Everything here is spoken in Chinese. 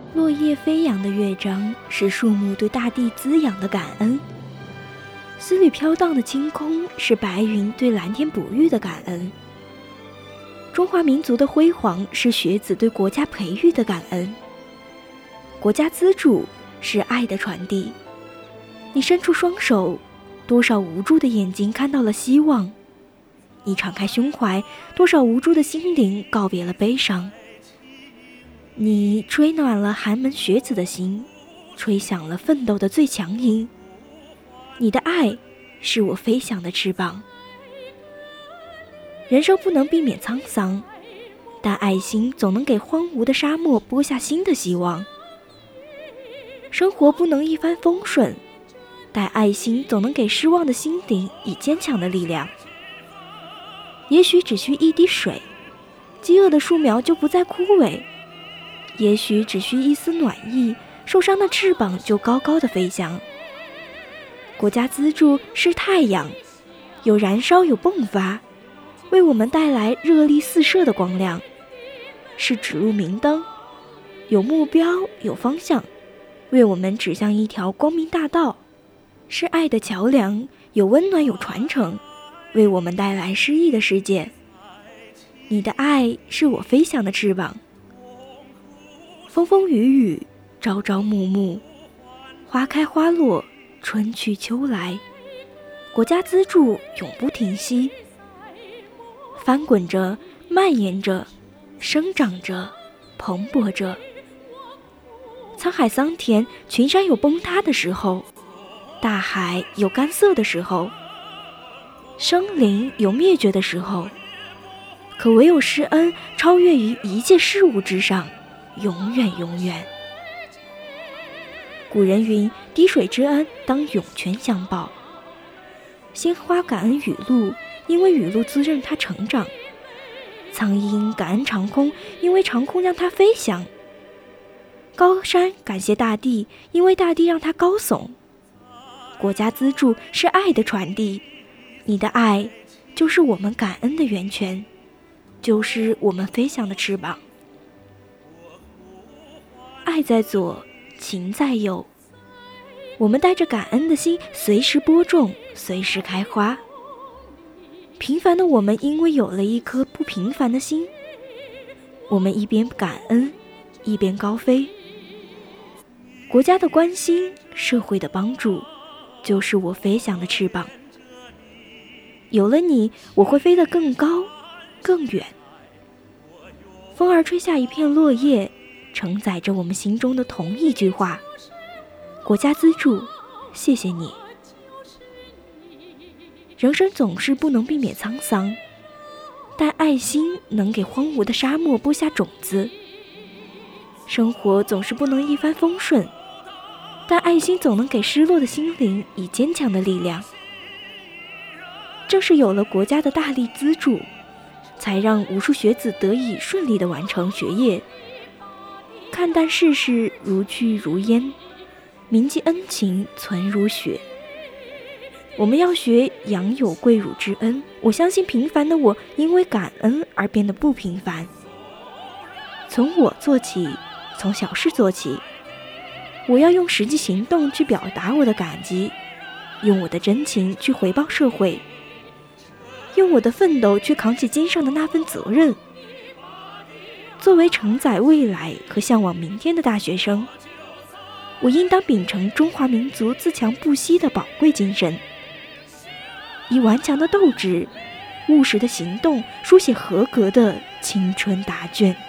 落叶飞扬的乐章是树木对大地滋养的感恩，丝缕飘荡的青空是白云对蓝天哺育的感恩。中华民族的辉煌是学子对国家培育的感恩。国家资助是爱的传递，你伸出双手，多少无助的眼睛看到了希望；你敞开胸怀，多少无助的心灵告别了悲伤。你吹暖了寒门学子的心，吹响了奋斗的最强音。你的爱是我飞翔的翅膀。人生不能避免沧桑，但爱心总能给荒芜的沙漠播下新的希望。生活不能一帆风顺，但爱心总能给失望的心灵以坚强的力量。也许只需一滴水，饥饿的树苗就不再枯萎；也许只需一丝暖意，受伤的翅膀就高高的飞翔。国家资助是太阳，有燃烧有迸发，为我们带来热力四射的光亮；是指路明灯，有目标有方向，为我们指向一条光明大道；是爱的桥梁，有温暖有传承，为我们带来诗意的世界。你的爱是我飞翔的翅膀。风风雨雨，朝朝暮暮，花开花落，春去秋来，国家资助永不停息，翻滚着，蔓延着，生长着，蓬勃着。沧海桑田，群山有崩塌的时候，大海有干涩的时候，生灵有灭绝的时候，可唯有施恩超越于一切事物之上，永远永远。古人云，滴水之恩当涌泉相报。鲜花感恩雨露，因为雨露滋润它成长；苍鹰感恩长空，因为长空让它飞翔；高山感谢大地，因为大地让它高耸。国家资助是爱的传递，你的爱就是我们感恩的源泉，就是我们飞翔的翅膀。爱在左，情在右，我们带着感恩的心，随时播种，随时开花。平凡的我们因为有了一颗不平凡的心，我们一边感恩，一边高飞。国家的关心，社会的帮助，就是我飞翔的翅膀。有了你，我会飞得更高更远。风儿吹下一片落叶，承载着我们心中的同一句话：国家资助，谢谢你。人生总是不能避免沧桑，但爱心能给荒芜的沙漠播下种子。生活总是不能一帆风顺，但爱心总能给失落的心灵以坚强的力量。正是有了国家的大力资助，才让无数学子得以顺利地完成学业。看淡世事如去如烟，铭记恩情存如雪。我们要学养有贵乳之恩，我相信平凡的我因为感恩而变得不平凡。从我做起，从小事做起，我要用实际行动去表达我的感激，用我的真情去回报社会，用我的奋斗去扛起肩上的那份责任。作为承载未来和向往明天的大学生，我应当秉承中华民族自强不息的宝贵精神，以顽强的斗志、务实的行动书写合格的青春答卷。